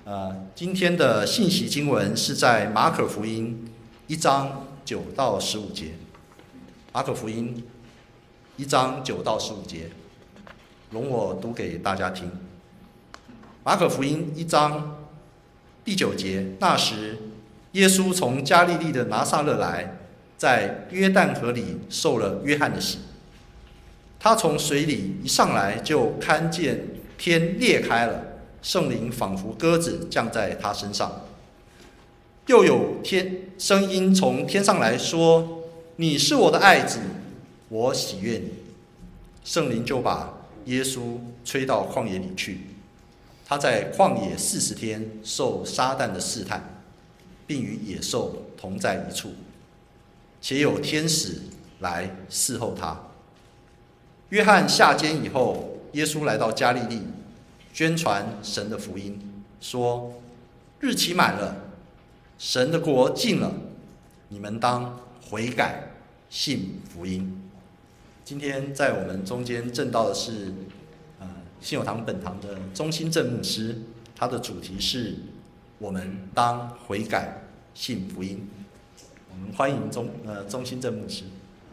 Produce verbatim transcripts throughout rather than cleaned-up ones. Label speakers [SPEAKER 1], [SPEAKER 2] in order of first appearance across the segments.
[SPEAKER 1] 呃，今天的信息经文是在马可福音一章九到十五节。马可福音一章九到十五节，容我读给大家听。马可福音一章第九节，那时耶稣从加利利的拿撒勒来，在约旦河里受了约翰的洗。他从水里一上来，就看见天裂开了，圣灵仿佛鸽子降在他身上，又有天声音从天上来说：“你是我的爱子，我喜悦你。”圣灵就把耶稣吹到旷野里去，他在旷野四十天受撒旦的试探，并与野兽同在一处，且有天使来侍候他。约翰下监以后，耶稣来到加利利，宣传神的福音，说：“日期满了，神的国近了，你们当悔改，信福音。”今天在我们中间证道的是呃信友堂本堂的中兴正牧师，他的主题是我们当悔改，信福音。我们欢迎中呃中兴正牧师。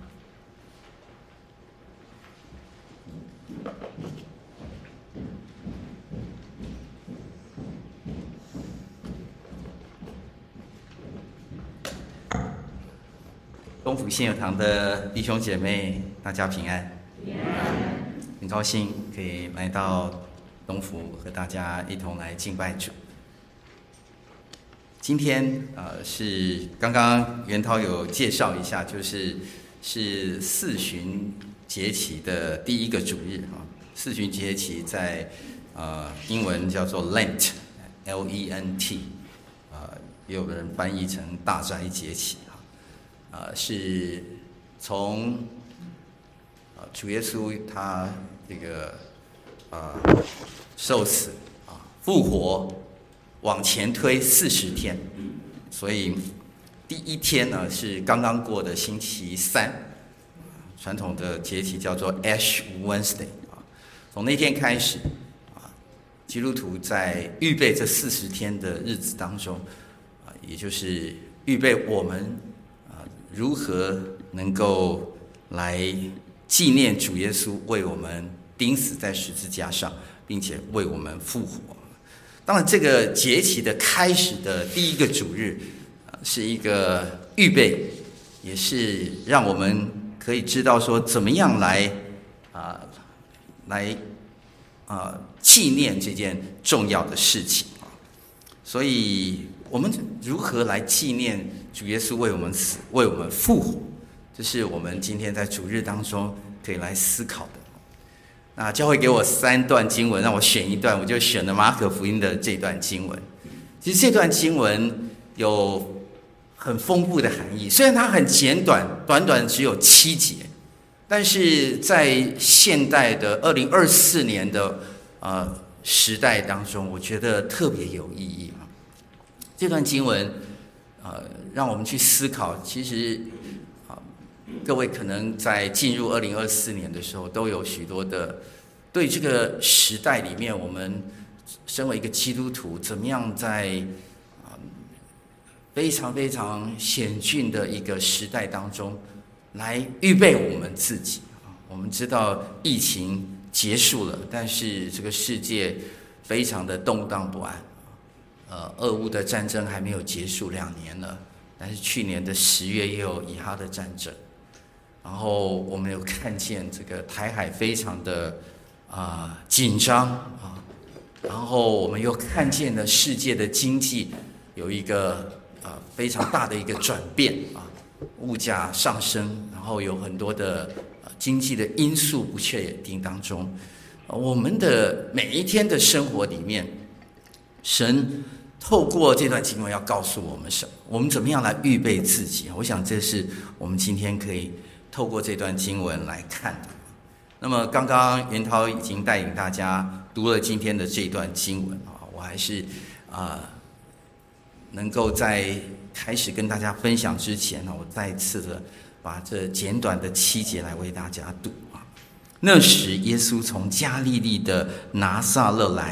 [SPEAKER 2] 东福信友堂的弟兄姐妹，大家平安。很高兴可以来到东福，和大家一同来敬拜主。今天呃是刚刚元涛有介绍一下，就是是四旬节期的第一个主日啊。四旬节期在呃英文叫做 Lent，L E N T， 呃也有人翻译成大斋节期。呃，是从呃主耶稣他这个呃受死啊复活往前推四十天，所以第一天呢是刚刚过的星期三，传统的节期叫做 Ash Wednesday 啊。从那天开始啊，基督徒在预备这四十天的日子当中啊，也就是预备我们如何能够来纪念主耶稣为我们钉死在十字架上，并且为我们复活。当然这个节期的开始的第一个主日是一个预备，也是让我们可以知道说怎么样来啊来啊纪念这件重要的事情。所以我们如何来纪念主耶稣为我们死，为我们复活，这是我们今天在主日当中可以来思考的。那教会给我三段经文，让我选一段，我就选了马可福音的这段经文。其实这段经文有很丰富的含义，虽然它很简短，短短只有七节，但是在现代的二零二四年的呃时代当中，我觉得特别有意义。这段经文，呃，让我们去思考。其实，啊，各位可能在进入二零二四年的时候，都有许多的对这个时代里面，我们身为一个基督徒，怎么样在啊非常非常险峻的一个时代当中，来预备我们自己。我们知道疫情结束了，但是这个世界非常的动荡不安。呃，俄乌的战争还没有结束两年了，但是去年的十月也有以哈的战争，然后我们有看见这个台海非常的啊、呃、紧张啊，然后我们又看见了世界的经济有一个呃非常大的一个转变啊，物价上升，然后有很多的、呃、经济的因素不确定当中，呃、我们的每一天的生活里面，神透过这段经文要告诉我们什么？我们怎么样来预备自己？我想这是我们今天可以透过这段经文来看的。那么刚刚元涛已经带领大家读了今天的这段经文啊，我还是啊、呃、能够在开始跟大家分享之前呢，我再次的把这简短的七节来为大家读啊。那时耶稣从加利利的拿撒勒来，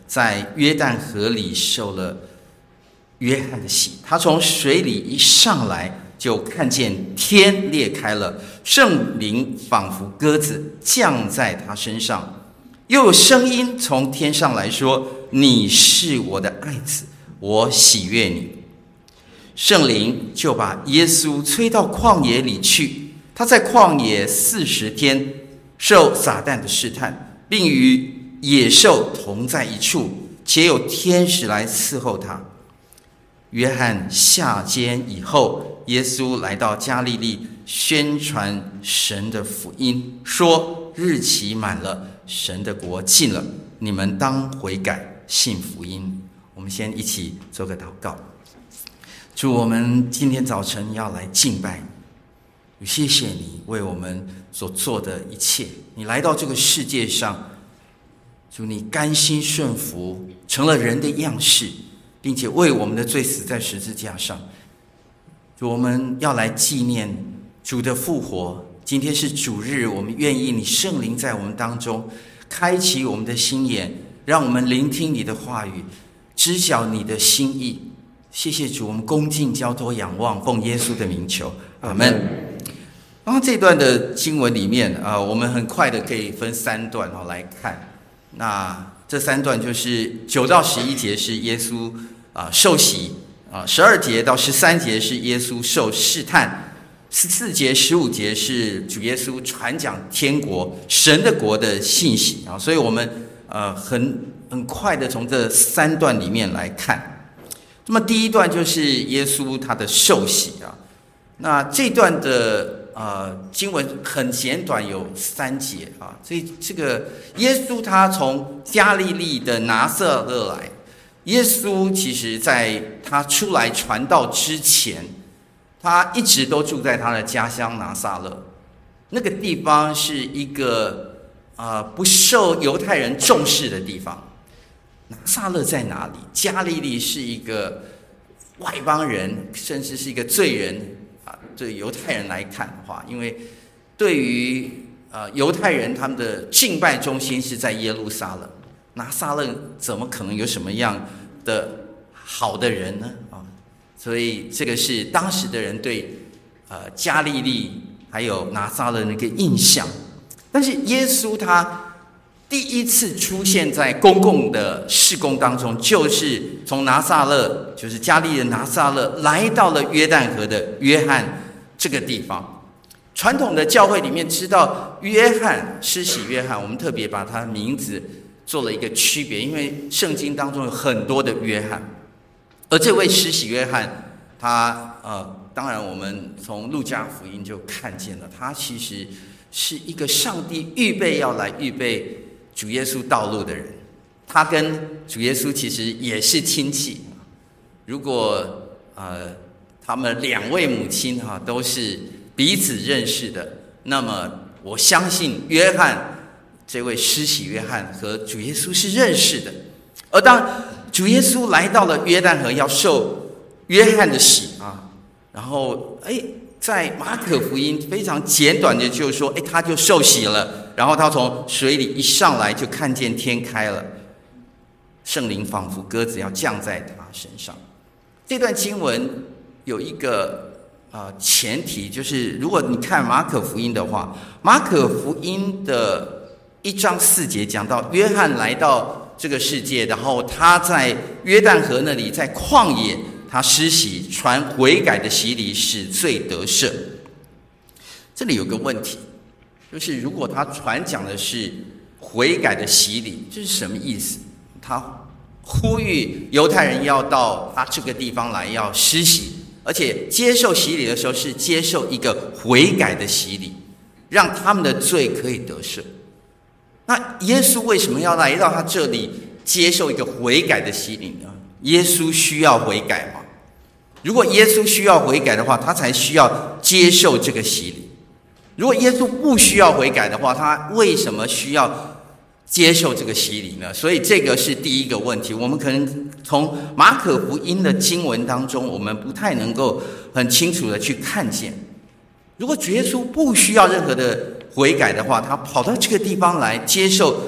[SPEAKER 2] 在约旦河里受了约翰的洗。他从水里一上来，就看见天裂开了，圣灵仿佛鸽子降在他身上，又有声音从天上来说：你是我的爱子，我喜悦你。圣灵就把耶稣催到旷野里去，他在旷野四十天受撒旦的试探，并与野兽同在一处，且有天使来伺候他。约翰下监以后，耶稣来到加利利，宣传神的福音，说：日期满了，神的国近了，你们当悔改，信福音。我们先一起做个祷告。主，我们今天早晨要来敬拜你，谢谢你为我们所做的一切。你来到这个世界上，主，你甘心顺服，成了人的样式，并且为我们的罪死在十字架上。主，我们要来纪念主的复活。今天是主日，我们愿意你圣灵在我们当中开启我们的心眼，让我们聆听你的话语，知晓你的心意。谢谢主，我们恭敬交托仰望，奉耶稣的名求，阿们。刚刚这段的经文里面啊、呃，我们很快的可以分三段哦来看。那这三段就是九到十一节是耶稣啊、呃、受洗啊，十二节到十三节是耶稣受试探，十四节十五节是主耶稣传讲天国神的国的信息啊，所以我们呃很很快的从这三段里面来看。那么第一段就是耶稣他的受洗啊，那这段的呃经文很简短，有三节啊，所以这个耶稣他从加利利的拿撒勒来，耶稣其实在他出来传道之前，他一直都住在他的家乡拿撒勒，那个地方是一个呃不受犹太人重视的地方。拿撒勒在哪里？加利利是一个外邦人，甚至是一个罪人啊，对犹太人来看的话，因为对于呃犹太人，他们的敬拜中心是在耶路撒冷，拿撒勒怎么可能有什么样的好的人呢？啊，所以这个是当时的人对呃加利利还有拿撒勒的那个印象。但是耶稣他第一次出现在公共的事工当中，就是从拿撒勒，就是加利利的拿撒勒，来到了约旦河的约翰这个地方。传统的教会里面知道约翰，施洗约翰，我们特别把他的名字做了一个区别，因为圣经当中有很多的约翰，而这位施洗约翰，他呃，当然我们从路加福音就看见了，他其实是一个上帝预备要来预备主耶稣道路的人，他跟主耶稣其实也是亲戚。如果呃他们两位母亲哈、啊、都是彼此认识的，那么我相信约翰这位施洗约翰和主耶稣是认识的。而当主耶稣来到了约旦河要受约翰的洗啊，然后哎，在马可福音非常简短的就说，哎，他就受洗了。然后他从水里一上来，就看见天开了，圣灵仿佛鸽子要降在他身上。这段经文有一个呃前提，就是如果你看马可福音的话，马可福音的一章四节讲到约翰来到这个世界，然后他在约旦河那里，在旷野，他施洗传悔改的洗礼，使罪得赦。这里有个问题，就是如果他传讲的是悔改的洗礼，这是什么意思？他呼吁犹太人要到他这个地方来，要施洗，而且接受洗礼的时候是接受一个悔改的洗礼，让他们的罪可以得赦。那耶稣为什么要来到他这里接受一个悔改的洗礼呢？耶稣需要悔改吗？如果耶稣需要悔改的话，他才需要接受这个洗礼。如果耶稣不需要悔改的话，他为什么需要接受这个洗礼呢？所以这个是第一个问题。我们可能从马可福音的经文当中，我们不太能够很清楚的去看见，如果主耶稣不需要任何的悔改的话，他跑到这个地方来接受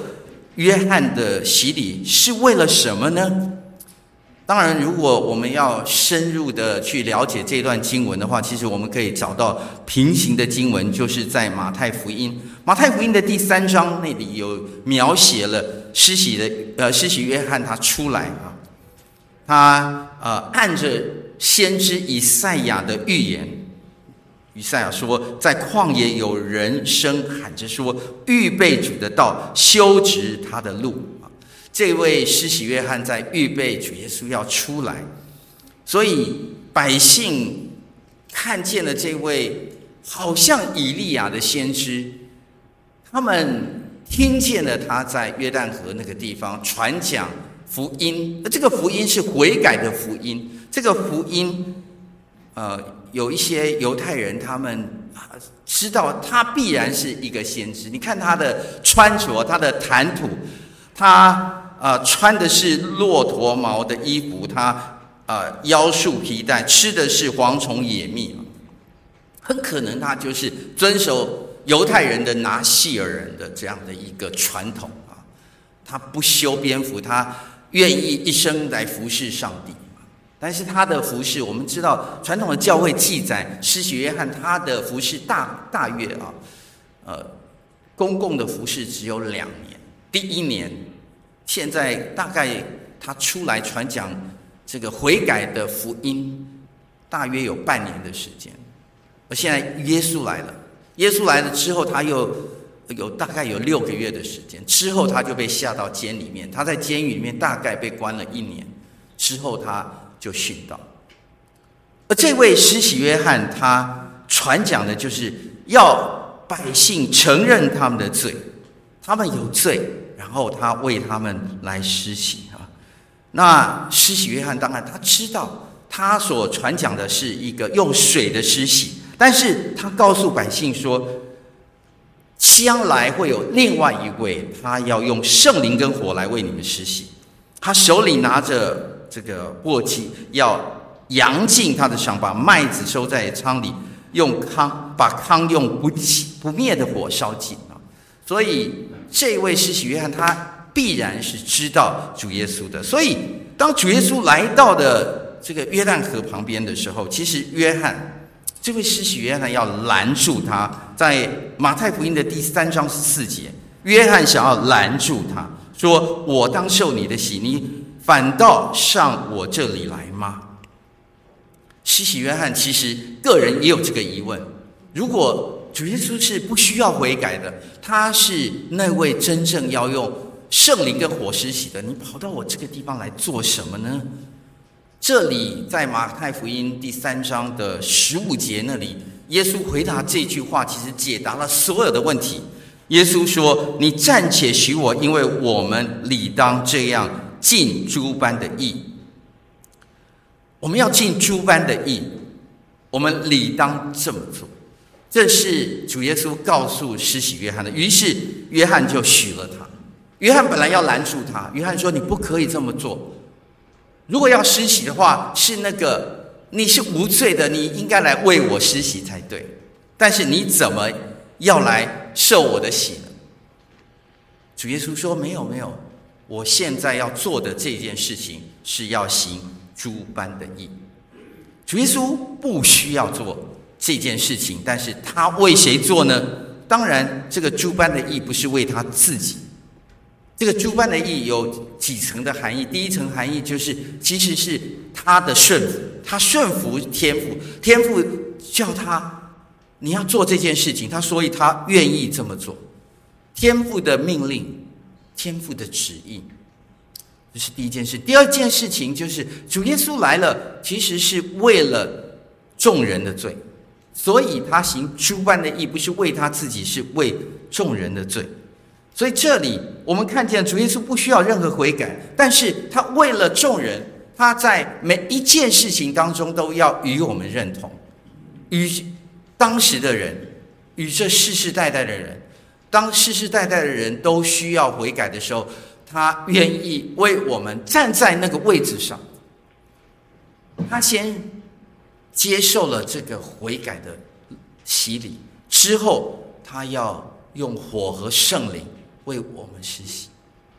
[SPEAKER 2] 约翰的洗礼是为了什么呢？当然，如果我们要深入的去了解这段经文的话，其实我们可以找到平行的经文，就是在马太福音。马太福音的第三章那里有描写了施洗的呃施洗约翰他出来啊，他呃按着先知以赛亚的预言，以赛亚说，在旷野有人声喊着说，预备主的道，修直他的路。这位施洗约翰在预备主耶稣要出来，所以百姓看见了这位好像以利亚的先知，他们听见了他在约旦河那个地方传讲福音，这个福音是悔改的福音。这个福音呃，有一些犹太人他们知道他必然是一个先知，你看他的穿着，他的谈吐，他呃，穿的是骆驼毛的衣服，他呃腰束皮带，吃的是蝗虫野蜜，很可能他就是遵守犹太人的拿细尔人的这样的一个传统啊。他不修边幅，他愿意一生来服侍上帝。但是他的服侍，我们知道传统的教会记载，施洗约翰他的服侍大大约啊，呃，公共的服侍只有两年，第一年。现在大概他出来传讲这个悔改的福音，大约有半年的时间。而现在耶稣来了，耶稣来了之后，他又有大概有六个月的时间，之后他就被下到监里面，他在监狱里面大概被关了一年，之后他就殉道。而这位施洗约翰，他传讲的就是要百姓承认他们的罪，他们有罪。然后他为他们来施洗啊，那施洗约翰当然他知道他所传讲的是一个用水的施洗，但是他告诉百姓说，将来会有另外一位，他要用圣灵跟火来为你们施洗。他手里拿着这个簸箕，要扬尽他的伤，把麦子收在仓里，用糠把糠用不不灭的火烧尽啊。所以这位施洗约翰他必然是知道主耶稣的，所以当主耶稣来到的这个约旦河旁边的时候，其实约翰这位施洗约翰要拦住他，在马太福音的第三章四节，约翰想要拦住他，说：“我当受你的洗，你反倒上我这里来吗？”施洗约翰其实个人也有这个疑问，如果主耶稣是不需要悔改的，他是那位真正要用圣灵跟火施洗的，你跑到我这个地方来做什么呢？这里在马太福音第三章的十五节那里，耶稣回答这句话，其实解答了所有的问题。耶稣说：“你暂且许我，因为我们理当这样尽诸般的义。”我们要尽诸般的义，我们理当这么做。这是主耶稣告诉施洗约翰的，于是约翰就许了他。约翰本来要拦住他，约翰说：“你不可以这么做。如果要施洗的话，是那个你是无罪的，你应该来为我施洗才对。但是你怎么要来受我的洗呢？”主耶稣说：“没有没有，我现在要做的这件事情是要行诸般的义。”主耶稣不需要做这件事情，但是他为谁做呢？当然，这个诸般的义不是为他自己。这个诸般的义有几层的含义。第一层含义就是，其实是他的顺服，他顺服天父，天父叫他你要做这件事情，他所以他愿意这么做。天父的命令，天父的旨意，这是第一件事。第二件事情就是主耶稣来了，其实是为了众人的罪，所以他行诸般的义，不是为他自己，是为众人的罪。所以这里我们看见主耶稣不需要任何悔改，但是他为了众人，他在每一件事情当中都要与我们认同，与当时的人，与这世世代代的人，当世世代代的人都需要悔改的时候，他愿意为我们站在那个位置上。他先接受了这个悔改的洗礼，之后他要用火和圣灵为我们施洗。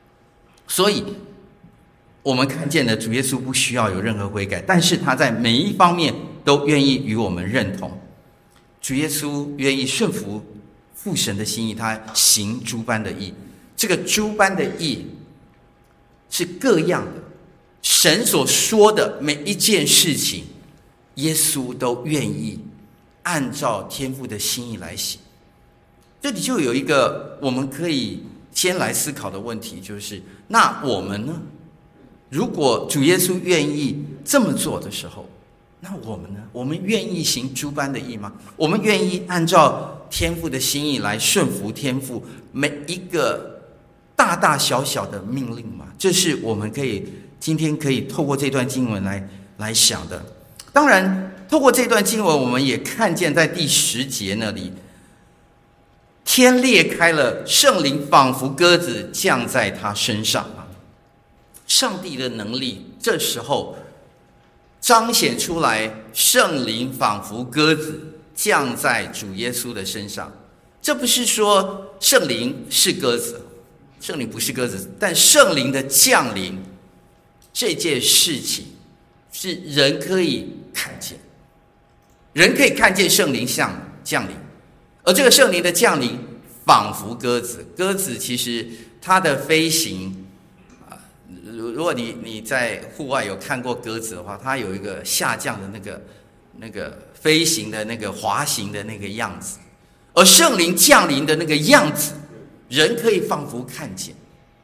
[SPEAKER 2] 所以我们看见了主耶稣不需要有任何悔改，但是他在每一方面都愿意与我们认同。主耶稣愿意顺服父神的心意，他行诸般的义。这个诸般的义是各样的，神所说的每一件事情，耶稣都愿意按照天父的心意来行。这里就有一个我们可以先来思考的问题，就是那我们呢？如果主耶稣愿意这么做的时候，那我们呢？我们愿意行诸般的义吗？我们愿意按照天父的心意来顺服天父每一个大大小小的命令吗？这是我们可以今天可以透过这段经文来来想的。当然，透过这段经文，我们也看见在第十节那里，天裂开了，圣灵仿佛鸽子降在他身上啊！上帝的能力这时候彰显出来，圣灵仿佛鸽子降在主耶稣的身上。这不是说圣灵是鸽子，圣灵不是鸽子，但圣灵的降临这件事情是人可以看见，人可以看见圣灵降降临，而这个圣灵的降临仿佛鸽子。鸽子其实它的飞行如果你你在户外有看过鸽子的话，它有一个下降的那个那个飞行的那个滑行的那个样子，而圣灵降临的那个样子，人可以仿佛看见。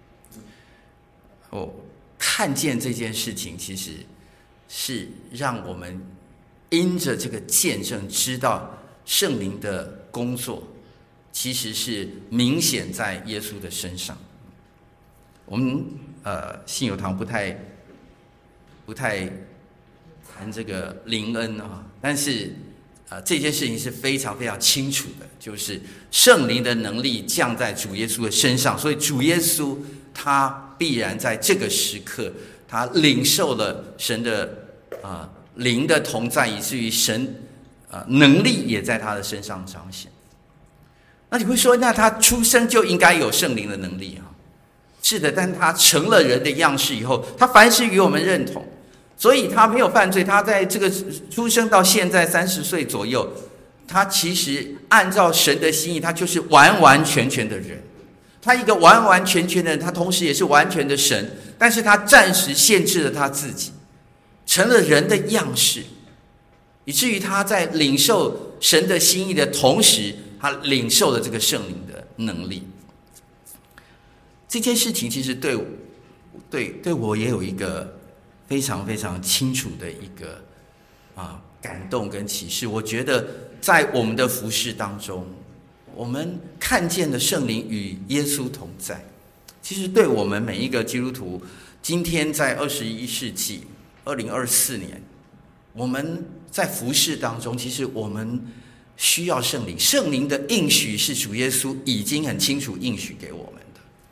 [SPEAKER 2] 哦，看见这件事情，其实是让我们因着这个见证，知道圣灵的工作其实是明显在耶稣的身上。我们呃，信友堂不太不太谈这个灵恩啊，但是呃，这件事情是非常非常清楚的，就是圣灵的能力降在主耶稣的身上，所以主耶稣他必然在这个时刻，他领受了神的啊、呃、灵的同在，以至于神啊、呃、能力也在他的身上彰显。那你会说，那他出生就应该有圣灵的能力啊？是的，但他成了人的样式以后，他凡事与我们认同，所以他没有犯罪。他在这个出生到现在三十岁左右，他其实按照神的心意，他就是完完全全的人。他一个完完全全的人，他同时也是完全的神，但是他暂时限制了他自己，成了人的样式，以至于他在领受神的心意的同时，他领受了这个圣灵的能力。这件事情其实对对对我也有一个非常非常清楚的一个啊感动跟启示。我觉得在我们的服事当中，我们看见了圣灵与耶稣同在。其实对我们每一个基督徒，今天在二十一世纪二零二四年，我们在服事当中，其实我们需要圣灵。圣灵的应许是主耶稣已经很清楚应许给我们。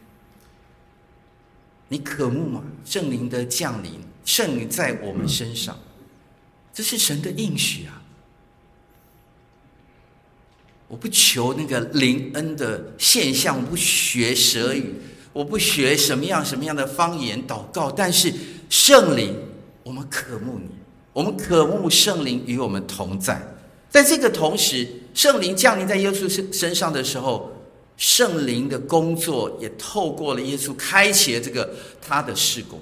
[SPEAKER 2] 你渴慕吗？圣灵的降临，圣灵在我们身上，这是神的应许啊！我不求那个灵恩的现象，我不学舌语，我不学什么样什么样的方言祷告，但是圣灵，我们渴慕你，我们渴慕圣灵与我们同在。在这个同时，圣灵降临在耶稣身上的时候，圣灵的工作也透过了耶稣开启了这个他的事工。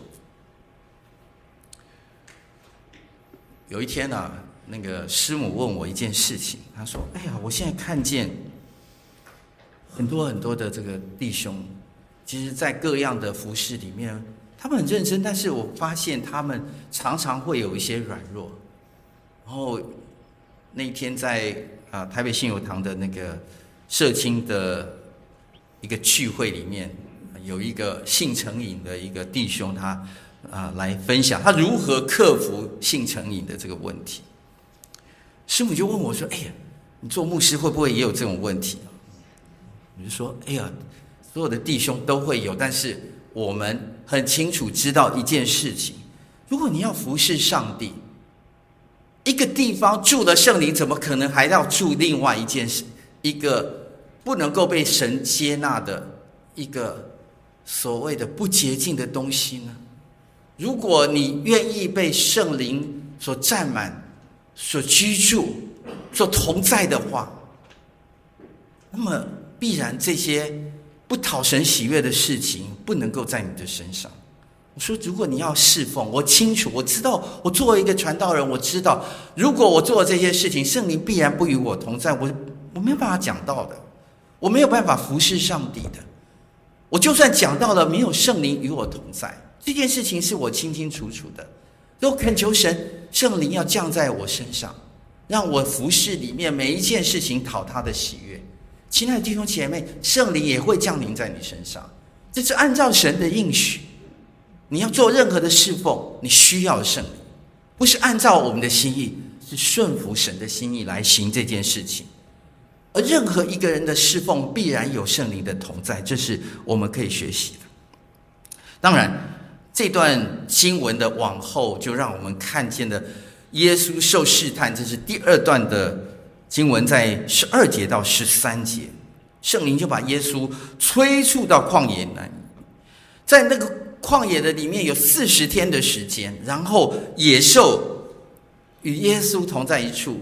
[SPEAKER 2] 有一天啊，那个师母问我一件事情，她说：“哎呀，我现在看见很多很多的这个弟兄，其实在各样的服事里面，他们很认真，但是我发现他们常常会有一些软弱。然后那一天在啊台北信友堂的那个社青的一个聚会里面，有一个性成瘾的一个弟兄，他啊来分享他如何克服性成瘾的这个问题。师母就问我说：“哎呀，你做牧师会不会也有这种问题？”我就说：“哎呀，所有的弟兄都会有，但是我们很清楚知道一件事情：如果你要服侍上帝，一个地方住了圣灵，怎么可能还要住另外一件事？一个不能够被神接纳的一个所谓的不洁净的东西呢？如果你愿意被圣灵所占满、所居住、所同在的话，那么必然这些不讨神喜悦的事情不能够在你的身上。我说，如果你要侍奉，我清楚，我知道，我作为一个传道人，我知道，如果我做这些事情，圣灵必然不与我同在，我我没有办法讲道的，我没有办法服侍上帝的。我就算讲到了，没有圣灵与我同在，这件事情是我清清楚楚的。所以我恳求神，圣灵要降在我身上，让我服侍里面每一件事情讨他的喜悦。亲爱的弟兄姐妹，圣灵也会降临在你身上，这是按照神的应许。你要做任何的侍奉，你需要圣灵，不是按照我们的心意，是顺服神的心意来行这件事情。而任何一个人的侍奉必然有圣灵的同在，这是我们可以学习的。当然，这段经文的往后就让我们看见了耶稣受试探，这是第二段的经文，在十二节到十三节，圣灵就把耶稣催促到旷野来，在那个旷野的里面有四十天的时间，然后野兽与耶稣同在一处，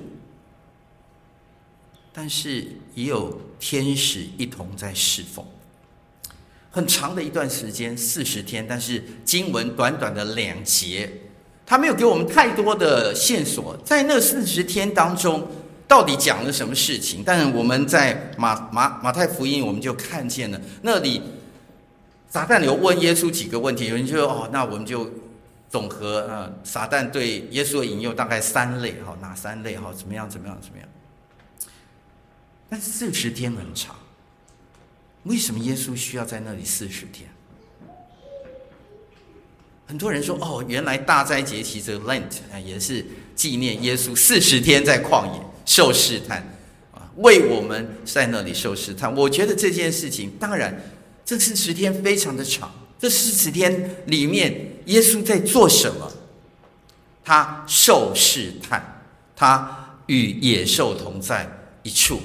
[SPEAKER 2] 但是也有天使一同在侍奉。很长的一段时间，四十天，但是经文短短的两节，他没有给我们太多的线索，在那四十天当中到底讲了什么事情。但是我们在马马马太福音我们就看见了，那里撒旦有问耶稣几个问题，有人就说哦，那我们就总和呃，撒旦对耶稣的引诱大概三类，哈，哪三类？哈，怎么样？怎么样？怎么样？但四十天很长，为什么耶稣需要在那里四十天？很多人说哦，原来大斋节期这个 Lent 也是纪念耶稣四十天在旷野受试探啊，为我们在那里受试探。我觉得这件事情，当然这四十天非常的长，这四十天里面耶稣在做什么？他受试探，他与野兽同在一处。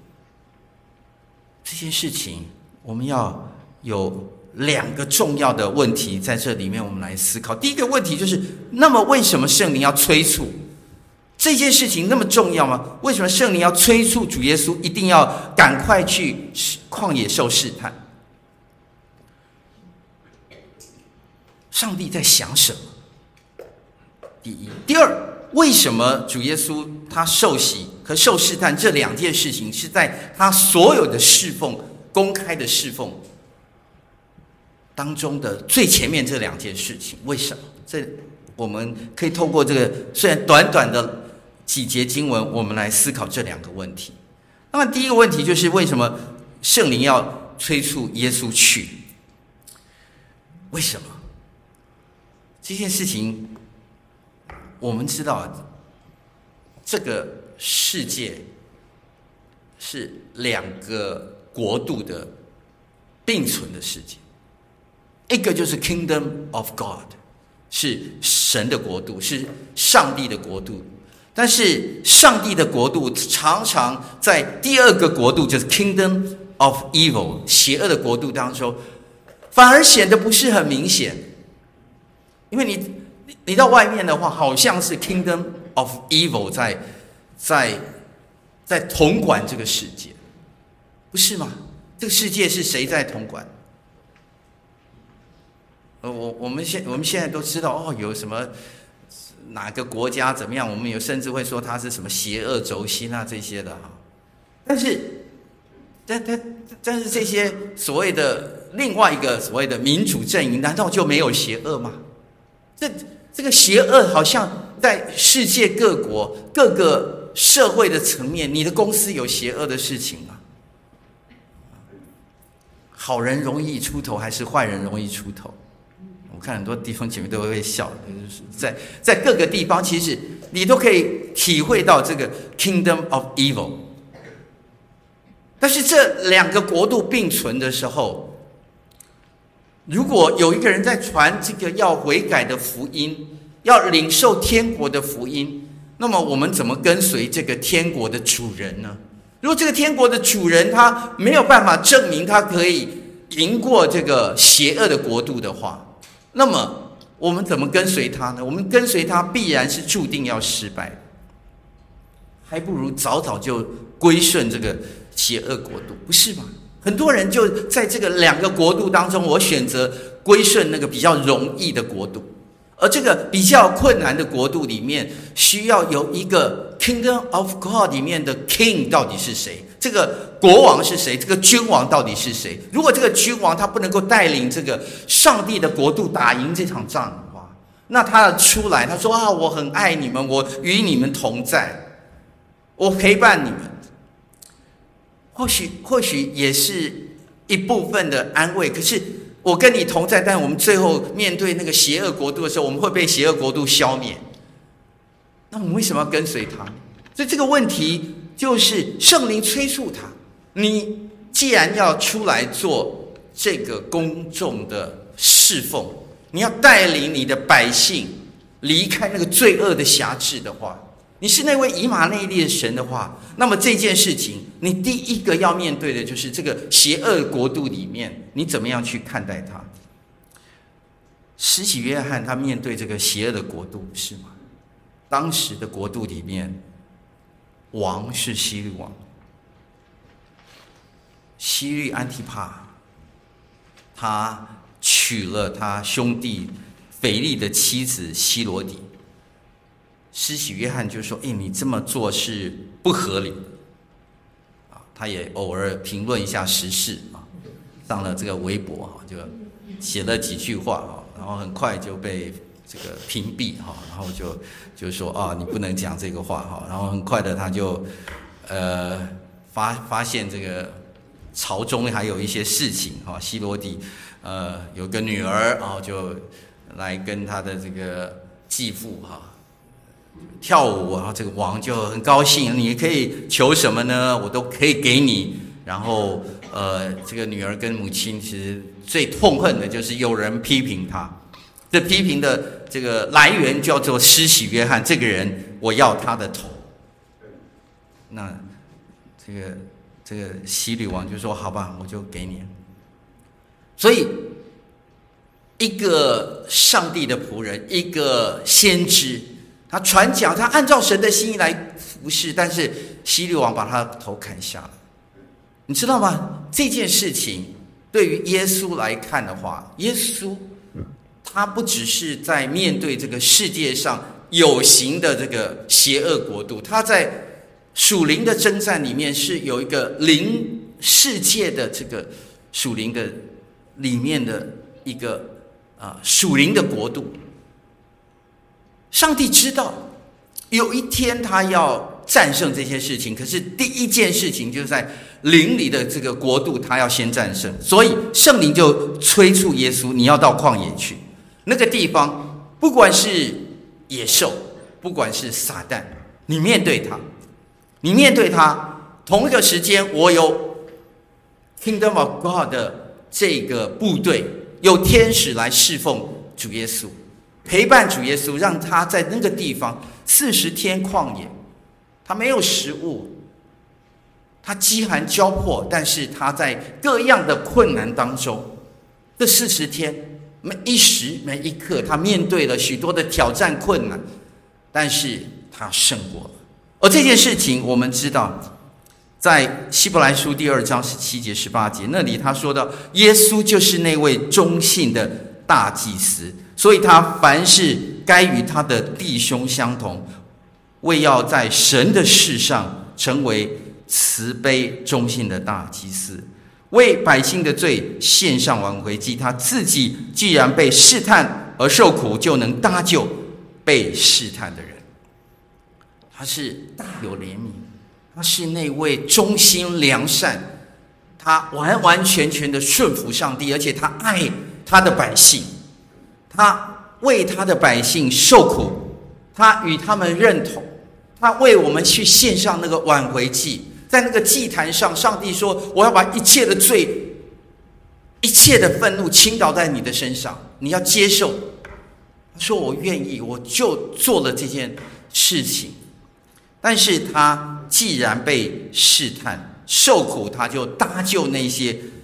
[SPEAKER 2] 这件事情我们要有两个重要的问题在这里面我们来思考。第一个问题就是，那么为什么圣灵要催促这件事情那么重要吗？为什么圣灵要催促主耶稣一定要赶快去旷野受试探？上帝在想什么？第一。第二，为什么主耶稣他受洗和受试探这两件事情是在他所有的侍奉、公开的侍奉当中的最前面这两件事情？为什么？这我们可以透过这个虽然短短的几节经文，我们来思考这两个问题。那么第一个问题就是，为什么圣灵要催促耶稣去？为什么？这件事情我们知道，这个世界是两个国度的并存的世界，一个就是 Kingdom of God， 是神的国度，是上帝的国度。但是上帝的国度常常在第二个国度，就是 Kingdom of Evil， 邪恶的国度当中，反而显得不是很明显。因为你你到外面的话，好像是 Kingdom of Evil 在在在统管这个世界，不是吗？这个世界是谁在统管？呃，我我们现我们现在都知道哦，有什么哪个国家怎么样？我们有甚至会说它是什么邪恶轴心啊这些的哈。但是，但但但是这些所谓的另外一个所谓的民主阵营，难道就没有邪恶吗？这这个邪恶好像在世界各国各个社会的层面，你的公司有邪恶的事情吗？好人容易出头还是坏人容易出头？我看很多弟兄姐妹都会笑，在在各个地方，其实你都可以体会到这个 Kingdom of Evil。但是这两个国度并存的时候，如果有一个人在传这个要悔改的福音，要领受天国的福音，那么我们怎么跟随这个天国的主人呢？如果这个天国的主人他没有办法证明他可以赢过这个邪恶的国度的话，那么我们怎么跟随他呢？我们跟随他必然是注定要失败的，还不如早早就归顺这个邪恶国度，不是吗？很多人就在这个两个国度当中，我选择归顺那个比较容易的国度，而这个比较困难的国度里面，需要有一个 Kingdom of God 里面的 King 到底是谁？这个国王是谁？这个君王到底是谁？如果这个君王他不能够带领这个上帝的国度打赢这场仗的话，那他出来他说啊，我很爱你们，我与你们同在，我陪伴你们，或许或许也是一部分的安慰。可是我跟你同在，但我们最后面对那个邪恶国度的时候，我们会被邪恶国度消灭。那我们为什么要跟随他？所以这个问题就是圣灵催促他，你既然要出来做这个公众的侍奉，你要带领你的百姓离开那个罪恶的辖制的话，你是那位以马内利的神的话，那么这件事情你第一个要面对的就是这个邪恶国度里面你怎么样去看待它。施洗约翰他面对这个邪恶的国度，是吗？当时的国度里面王是希律王，希律安提帕他娶了他兄弟腓力的妻子希罗底。施洗约翰就说：“哎，你这么做是不合理的。”啊，他也偶尔评论一下时事啊，上了这个微博哈，就写了几句话哈，然后很快就被这个屏蔽哈，然后就就说啊，你不能讲这个话哈，然后很快的他就呃发发现这个朝中还有一些事情哈，希罗底呃有个女儿，然后就来跟他的这个继父哈跳舞，然后这个王就很高兴，你可以求什么呢？我都可以给你。然后呃，这个女儿跟母亲其实最痛恨的就是有人批评她，这批评的这个来源叫做施洗约翰这个人，我要他的头。那这个这个希律王就说：“好吧，我就给你。”所以，一个上帝的仆人，一个先知。他传讲，他按照神的心意来服侍，但是希律王把他的头砍下了。你知道吗？这件事情对于耶稣来看的话，耶稣他不只是在面对这个世界上有形的这个邪恶国度，他在属灵的征战里面是有一个灵世界的这个属灵的里面的一个啊属灵的国度。上帝知道有一天他要战胜这些事情，可是第一件事情就是在灵里的这个国度他要先战胜，所以圣灵就催促耶稣，你要到旷野去，那个地方不管是野兽，不管是撒旦，你面对他，你面对他，同一个时间我有 Kingdom of God 的这个部队，有天使来侍奉主耶稣，陪伴主耶稣，让他在那个地方四十天旷野，他没有食物，他饥寒交迫，但是他在各样的困难当中，这四十天每一时每一刻，他面对了许多的挑战困难，但是他胜过了。而这件事情我们知道，在希伯来书第二章十七节十八节那里他说到，耶稣就是那位忠信的大祭司，所以他凡事该与他的弟兄相同，为要在神的事上成为慈悲忠信的大祭司，为百姓的罪献上挽回祭。他自己既然被试探而受苦，就能搭救被试探的人。他是大有怜悯，他是那位忠心良善，他完完全全的顺服上帝，而且他爱他的百姓，他为他的百姓受苦，他与他们认同，他为我们去献上那个挽回祭。在那个祭坛上，上帝说，我要把一切的罪一切的愤怒倾倒在你的身上，你要接受。他说我愿意，我就做了这件事情。但是他既然被试探受苦，他就搭救那些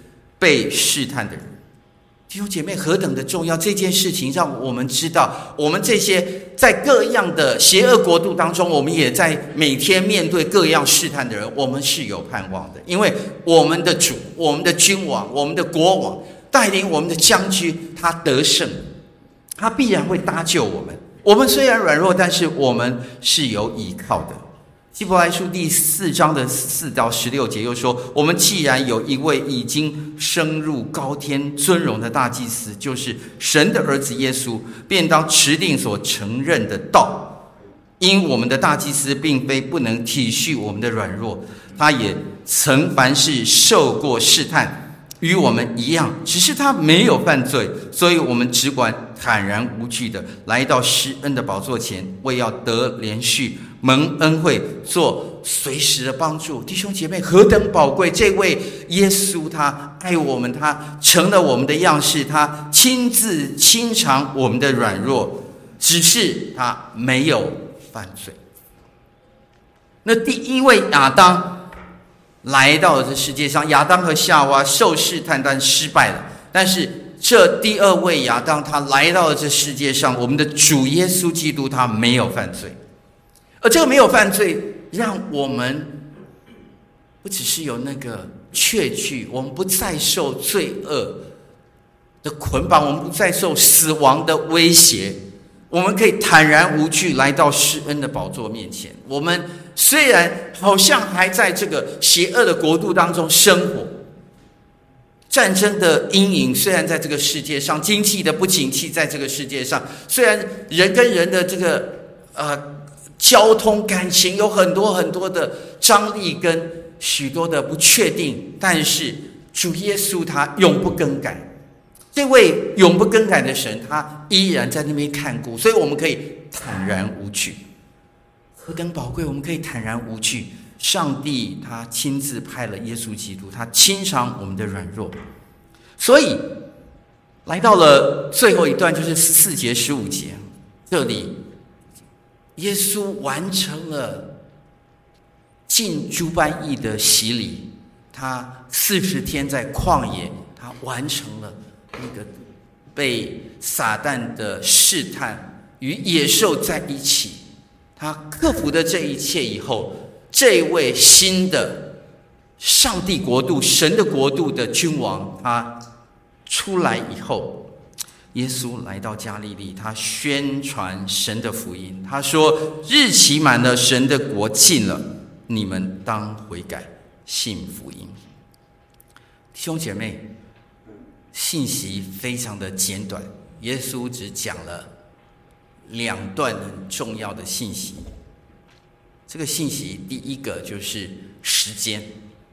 [SPEAKER 2] 被试探的人。弟兄姐妹，何等的重要！这件事情让我们知道，我们这些在各样的邪恶国度当中，我们也在每天面对各样试探的人，我们是有盼望的，因为我们的主、我们的君王、我们的国王带领我们的将军，他得胜，他必然会搭救我们。我们虽然软弱，但是我们是有依靠的。希伯来书第四章的四到十六节又说，我们既然有一位已经升入高天尊荣的大祭司，就是神的儿子耶稣，便当持定所承认的道。因我们的大祭司并非不能体恤我们的软弱，他也曾凡事受过试探，与我们一样，只是他没有犯罪，所以我们只管坦然无惧的来到施恩的宝座前，为要得连续蒙恩惠，做随时的帮助。弟兄姐妹，何等宝贵！这位耶稣他爱我们，他成了我们的样式，他亲自亲尝我们的软弱，只是他没有犯罪。那第一位亚当来到了这世界上，亚当和夏娃受试探但失败了，但是这第二位亚当他来到了这世界上，我们的主耶稣基督他没有犯罪。而这个没有犯罪，让我们不只是有那个确据，我们不再受罪恶的捆绑，我们不再受死亡的威胁，我们可以坦然无惧来到施恩的宝座面前。我们虽然好像还在这个邪恶的国度当中生活，战争的阴影虽然在这个世界上，经济的不景气在这个世界上，虽然人跟人的这个呃交通感情有很多很多的张力跟许多的不确定，但是主耶稣他永不更改，这位永不更改的神他依然在那边看顾，所以我们可以坦然无惧。何等宝贵，我们可以坦然无惧。上帝他亲自派了耶稣基督，他亲尝我们的软弱。所以来到了最后一段，就是十四节十五节，这里耶稣完成了尽诸般义的洗礼，他四十天在旷野，他完成了那个被撒旦的试探与野兽在一起，他克服的这一切以后，这位新的上帝国度、神的国度的君王，他出来以后，耶稣来到加利利，他宣传神的福音。他说：“日期满了，神的国近了，你们当悔改，信福音。”弟兄姐妹，信息非常的简短，耶稣只讲了两段很重要的信息。这个信息第一个就是时间，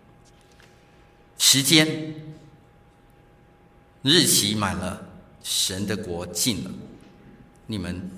[SPEAKER 2] 时间日期满了，神的国近了，你们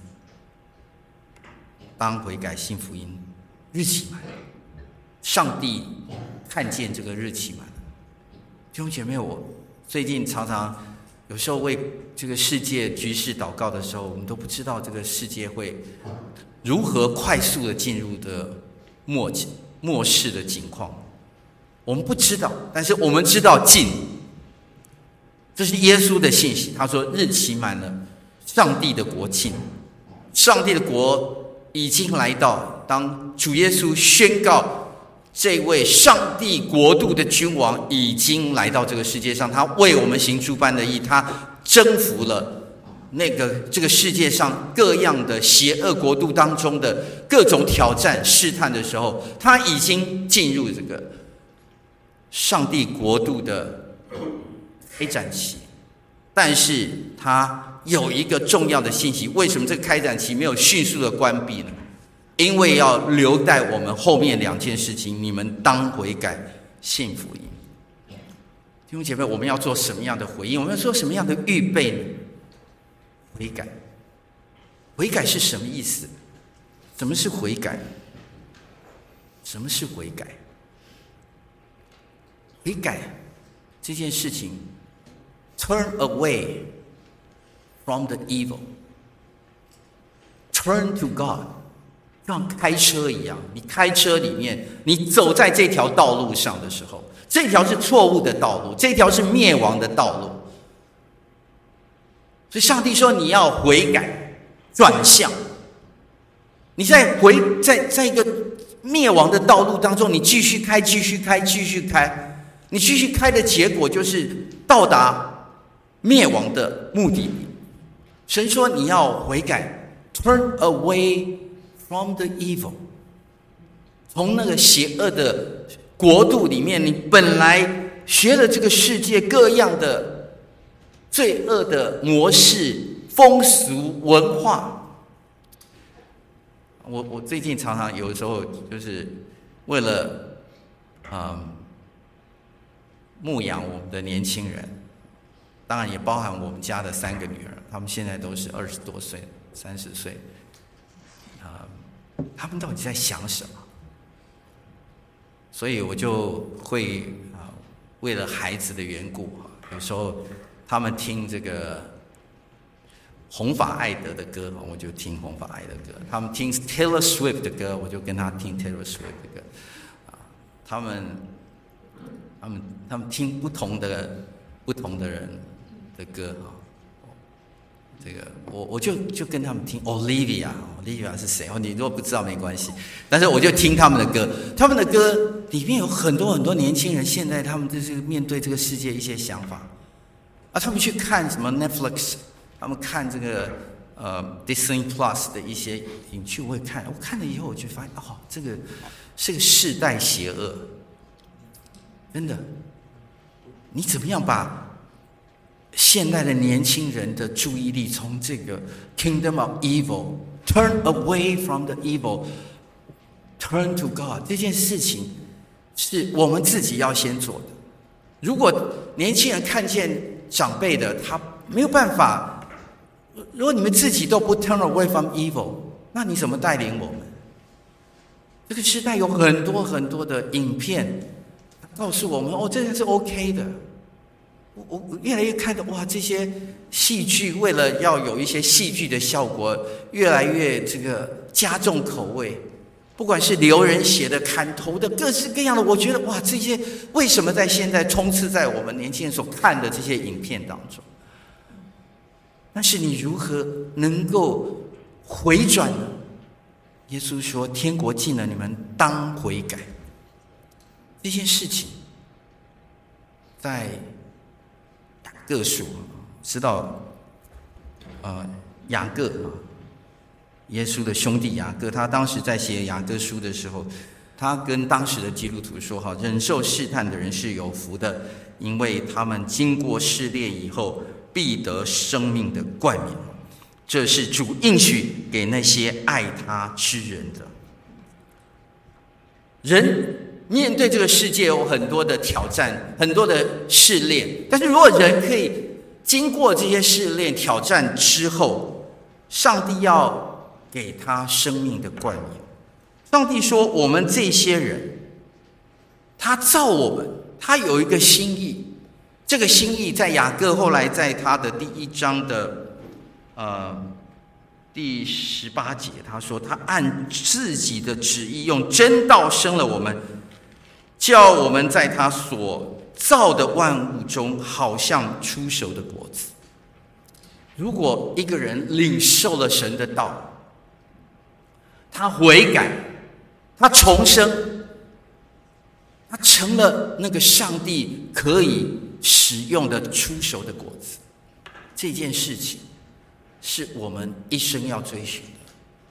[SPEAKER 2] 当悔改信福音。日期满了，上帝看见这个日期满了。弟兄姐妹，我最近常常有时候为这个世界局势祷告的时候，我们都不知道这个世界会如何快速的进入的末末世的景况，我们不知道，但是我们知道近。这是耶稣的信息，他说日期满了，上帝的国近，上帝的国已经来到。当主耶稣宣告这位上帝国度的君王已经来到这个世界上，他为我们行诸般的义，他征服了那个这个世界上各样的邪恶国度当中的各种挑战试探的时候，他已经进入这个上帝国度的开展期。但是他有一个重要的信息，为什么这个开展期没有迅速的关闭呢？因为要留待我们后面两件事情，你们当悔改信福音。弟兄姐妹，我们要做什么样的回应？我们要做什么样的预备呢？悔改，悔改是什么意思？什么是悔改？什么是悔改？悔改这件事情 ，turn away from the evil, turn to God。 就像开车一样，你开车里面，你走在这条道路上的时候，这条是错误的道路，这条是灭亡的道路。所以上帝说你要悔改转向，你在回在在一个灭亡的道路当中，你继续开继续开继续开，你继续开的结果就是到达灭亡的目的。神说你要悔改 turn away from the evil， 从那个邪恶的国度里面，你本来学了这个世界各样的罪恶的模式、风俗、文化。我我最近常常有时候就是为了嗯牧养我们的年轻人，当然也包含我们家的三个女儿，她们现在都是二十多岁、三十岁，啊、嗯，她们到底在想什么？所以我就会啊、呃，为了孩子的缘故啊，有时候他们听这个红发艾德的歌，我就听红发艾德的歌；他们听 Taylor Swift 的歌，我就跟他听 Taylor Swift 的歌。啊，他们，他们，他们听不同的不同的人的歌啊。这个我我就就跟他们听 Olivia，Olivia 是谁？哦，你如果不知道没关系，但是我就听他们的歌，他们的歌里面有很多很多年轻人，现在他们就是面对这个世界一些想法啊，他们去看什么 Netflix。他们看这个呃 Disney Plus 的一些影剧，我也看，我看了以后我就发现，哦，这个是个世代邪恶，真的。你怎么样把现代的年轻人的注意力从这个 Kingdom of Evil turn away from the evil turn to God 这件事情，是我们自己要先做的。如果年轻人看见长辈的，他没有办法。如果你们自己都不 turn away from evil， 那你怎么带领我们？这个时代有很多很多的影片告诉我们，哦，这个是 OK 的。我我越来越看到，哇，这些戏剧为了要有一些戏剧的效果，越来越这个加重口味。不管是流人血的、砍头的，各式各样的，我觉得哇，这些为什么在现在充斥在我们年轻人所看的这些影片当中？但是你如何能够回转呢？耶稣说：“天国近了，你们当悔改。”这件事情，在雅各书知道，呃，雅各啊，耶稣的兄弟雅各，他当时在写雅各书的时候，他跟当时的基督徒说：“哈，忍受试探的人是有福的，因为他们经过试炼以后。”必得生命的冠冕，这是主应许给那些爱他之人的。人面对这个世界有很多的挑战，很多的试炼，但是如果人可以经过这些试炼、挑战之后，上帝要给他生命的冠冕。上帝说：“我们这些人，他造我们，他有一个心意。”这个心意在雅各后来在他的第一章的呃第十八节，他说他按自己的旨意用真道生了我们，叫我们在他所造的万物中好像出熟的果子。如果一个人领受了神的道，他悔改，他重生，他成了那个上帝可以使用的出熟的果子，这件事情是我们一生要追寻的。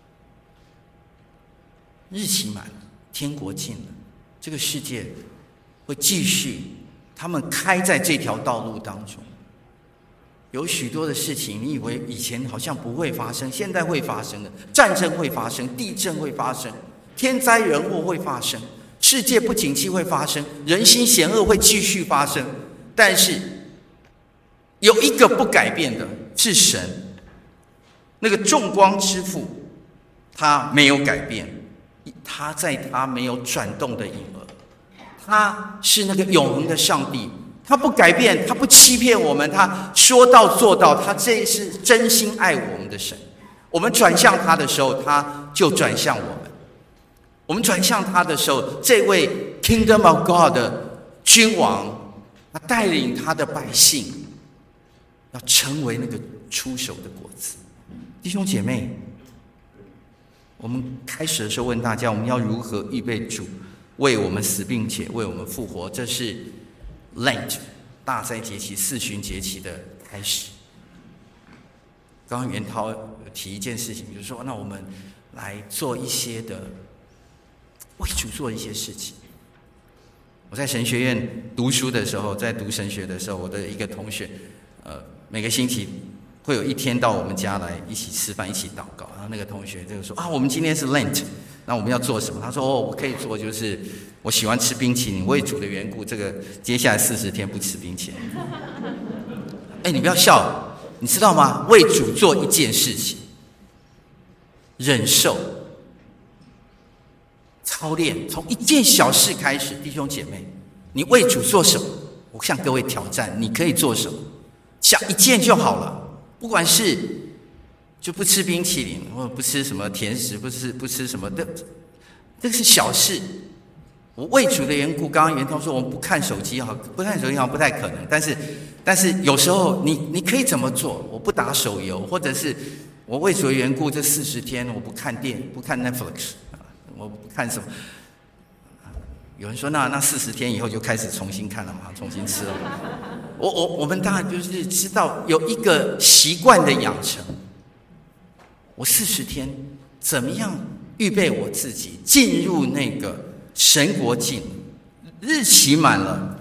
[SPEAKER 2] 日期满了，天国近了，这个世界会继续，他们开在这条道路当中。有许多的事情，你以为以前好像不会发生，现在会发生的，战争会发生，地震会发生，天灾人祸会发生，世界不景气会发生，人心险恶会继续发生。但是有一个不改变的是神，那个众光之父，他没有改变，他在他没有转动的影儿，他是那个永恒的上帝，他不改变，他不欺骗我们，他说到做到，他这是真心爱我们的神。 我们转向他的时候，他就转向我们。我们转向他的时候，这位 Kingdom of God 的君王，他带领他的百姓，要成为那个出手的果子。弟兄姐妹，我们开始的时候问大家，我们要如何预备主为我们死并且为我们复活？这是 Lent 大灾节期四旬节期的开始。刚刚元涛提一件事情，就是说，那我们来做一些的为主做一些事情。我在神学院读书的时候，在读神学的时候，我的一个同学，呃，每个星期会有一天到我们家来一起吃饭，一起祷告。然后那个同学就说啊，我们今天是 Lent， 那我们要做什么？他说哦，我可以做，就是我喜欢吃冰淇淋，为主的缘故，这个接下来四十天不吃冰淇淋。哎，你不要笑。你知道吗？为主做一件事情，忍受、操练，从一件小事开始。弟兄姐妹，你为主做什么？我向各位挑战，你可以做什么？想一件就好了。不管是就不吃冰淇淋，或者不吃什么甜食，不吃不吃什么的，这是小事。我为主的缘故，刚刚元涛说我们不看手机哈，不看手机好像不太可能，但是但是有时候你你可以怎么做？我不打手游，或者是我为主的缘故，这四十天我不看电，不看 Netflix， 我不看什么。有人说那那四十天以后就开始重新看了嘛，重新吃了。我我我们当然就是知道有一个习惯的养成。我四十天怎么样预备我自己进入那个神国境？日期满了，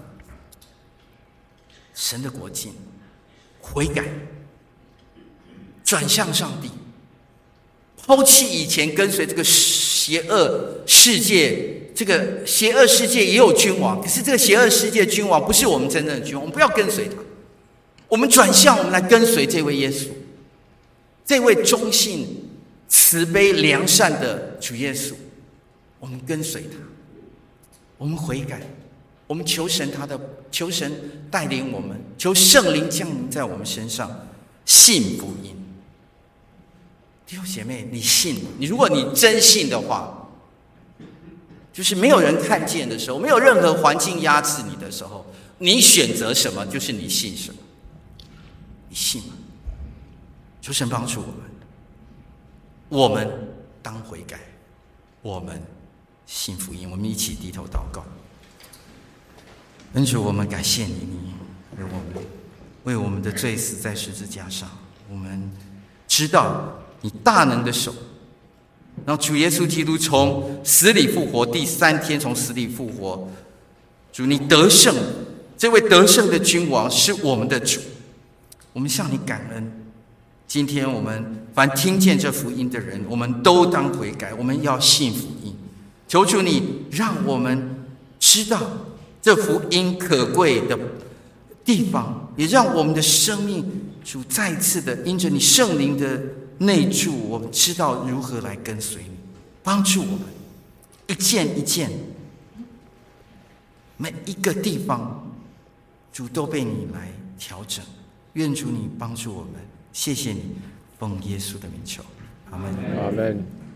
[SPEAKER 2] 神的国境，悔改，转向上帝，抛弃以前跟随这个邪恶世界。这个邪恶世界也有君王，可是这个邪恶世界君王不是我们真正的君王，我们不要跟随他，我们转向，我们来跟随这位耶稣，这位忠信、慈悲、良善的主耶稣，我们跟随他，我们悔改，我们求神他的求神带领我们，求圣灵降临在我们身上，信福音。弟兄姐妹，你信？你如果你真信的话。就是没有人看见的时候，没有任何环境压制你的时候，你选择什么就是你信什么。你信吗？求神帮助我们，我们当悔改，我们信福音，我们一起低头祷告。恩主，我们感谢你，你为我们为我们的罪死在十字架上，我们知道你大能的手。然后主耶稣基督从死里复活，第三天从死里复活。主，你得胜，这位得胜的君王是我们的主，我们向你感恩。今天我们凡听见这福音的人，我们都当悔改，我们要信福音。求主你让我们知道这福音可贵的地方，也让我们的生命主再次的因着你圣灵的内住，我们知道如何来跟随你，帮助我们一件一件，每一个地方，主都被你来调整。愿主你帮助我们，谢谢你，奉耶稣的名求，阿们。
[SPEAKER 3] 阿们。